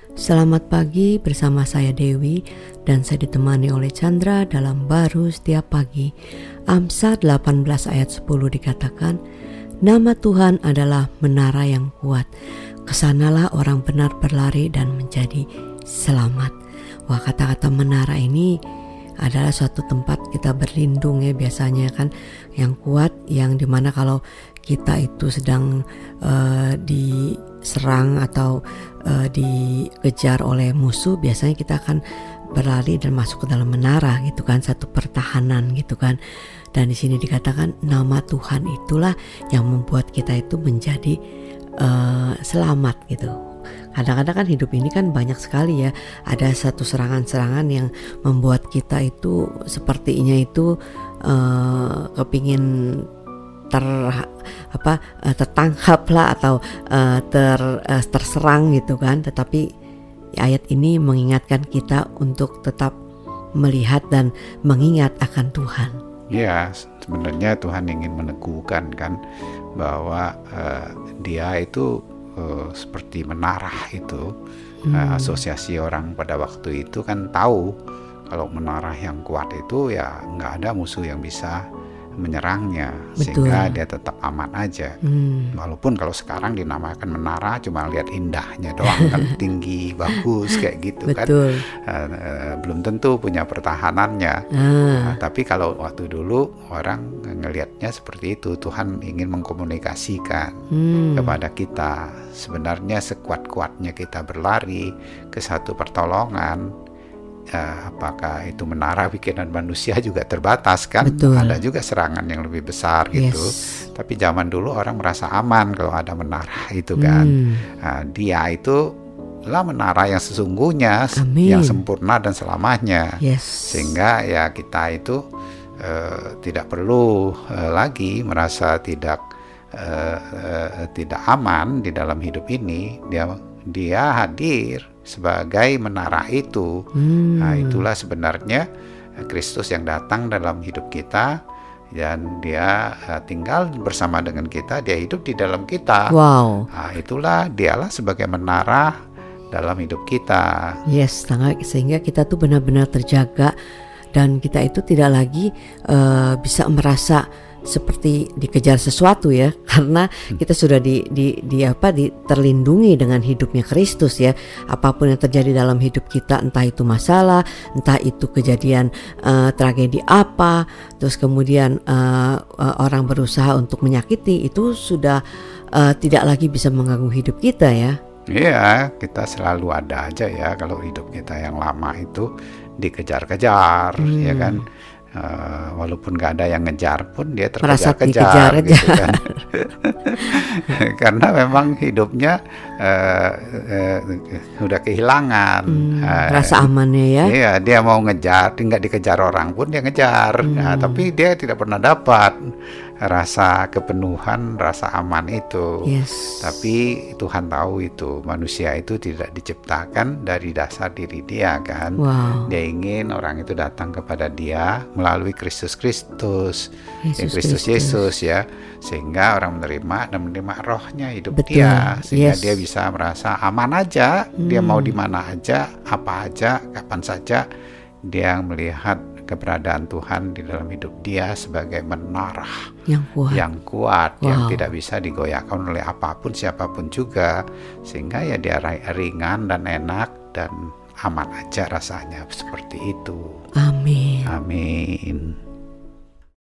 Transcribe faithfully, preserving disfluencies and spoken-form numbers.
Selamat pagi, bersama saya Dewi dan saya ditemani oleh Chandra dalam Baru Setiap Pagi. Amsal delapan belas ayat sepuluh dikatakan, nama Tuhan adalah menara yang kuat. Kesanalah orang benar berlari dan menjadi selamat. Wah, kata-kata menara ini adalah suatu tempat kita berlindung ya, biasanya kan, yang kuat, yang dimana kalau kita itu sedang uh, diserang atau uh, dikejar oleh musuh, biasanya kita akan berlari dan masuk ke dalam menara gitu kan, satu pertahanan gitu kan. Dan di sini dikatakan nama Tuhan itulah yang membuat kita itu menjadi uh, selamat gitu. Kadang-kadang kan hidup ini kan banyak sekali ya, ada satu serangan-serangan yang membuat kita itu sepertinya itu uh, kepingin ter apa uh, tertangkap lah atau uh, ter uh, terserang gitu kan. Tetapi ayat ini mengingatkan kita untuk tetap melihat dan mengingat akan Tuhan. Ya, sebenarnya Tuhan ingin meneguhkan kan bahwa uh, Dia itu Uh, seperti menara itu. hmm. uh, Asosiasi orang pada waktu itu kan tahu kalau menara yang kuat itu ya nggak ada musuh yang bisa menyerangnya. Betul. Sehingga dia tetap aman aja. hmm. Walaupun kalau sekarang dinamakan menara cuma lihat indahnya doang kan, tinggi, bagus kayak gitu. Betul. Kan uh, uh, belum tentu punya pertahanannya. ah. uh, Tapi kalau waktu dulu orang ngelihatnya seperti itu. Tuhan ingin mengkomunikasikan hmm. kepada kita, sebenarnya sekuat-kuatnya kita berlari ke satu pertolongan, Uh, apakah itu menara bikinan manusia juga terbatas kan. Betul. Ada juga serangan yang lebih besar gitu. Yes. Tapi zaman dulu orang merasa aman kalau ada menara itu kan. hmm. uh, Dia itu lah menara yang sesungguhnya. Amin. Yang sempurna dan selamanya. Yes. Sehingga ya kita itu uh, tidak perlu uh, lagi merasa tidak uh, uh, tidak aman di dalam hidup ini. Dia dia hadir sebagai menara itu. hmm. Nah, itulah sebenarnya Kristus yang datang dalam hidup kita, dan dia uh, tinggal bersama dengan kita, dia hidup di dalam kita. Wow. Nah, itulah dialah sebagai menara dalam hidup kita. Yes, sehingga kita tuh benar-benar terjaga dan kita itu tidak lagi uh, bisa merasa seperti dikejar sesuatu ya, karena kita sudah di, di, di apa di terlindungi dengan hidupnya Kristus ya. Apapun yang terjadi dalam hidup kita, entah itu masalah, entah itu kejadian uh, tragedi apa, terus kemudian uh, uh, orang berusaha untuk menyakiti, itu sudah uh, tidak lagi bisa mengganggu hidup kita ya. Iya, kita selalu ada aja ya kalau hidup kita yang lama itu dikejar-kejar. hmm. Ya kan. Uh, walaupun gak ada yang ngejar pun dia terkejar-kejar gitu kan. Karena memang hidupnya uh, uh, udah kehilangan hmm, uh, rasa amannya ya. Iya, dia mau ngejar, nggak dikejar orang pun dia ngejar. hmm. Nah, tapi dia tidak pernah dapat rasa kepenuhan, rasa aman itu. Yes. Tapi Tuhan tahu itu manusia itu tidak diciptakan dari dasar diri dia kan. Wow. Dia ingin orang itu datang kepada dia melalui Kristus Kristus, Yesus Kristus Yesus ya, sehingga orang menerima dan menerima rohnya hidup. Betul. Dia, sehingga yes. dia bisa merasa aman aja. hmm. Dia mau di mana aja, apa aja, kapan saja, dia melihat keberadaan Tuhan di dalam hidup dia sebagai menara yang kuat, yang, kuat, wow. yang tidak bisa digoyahkan oleh apapun siapapun juga, sehingga ya dia ringan dan enak dan aman aja rasanya, seperti itu. Amin. Amin.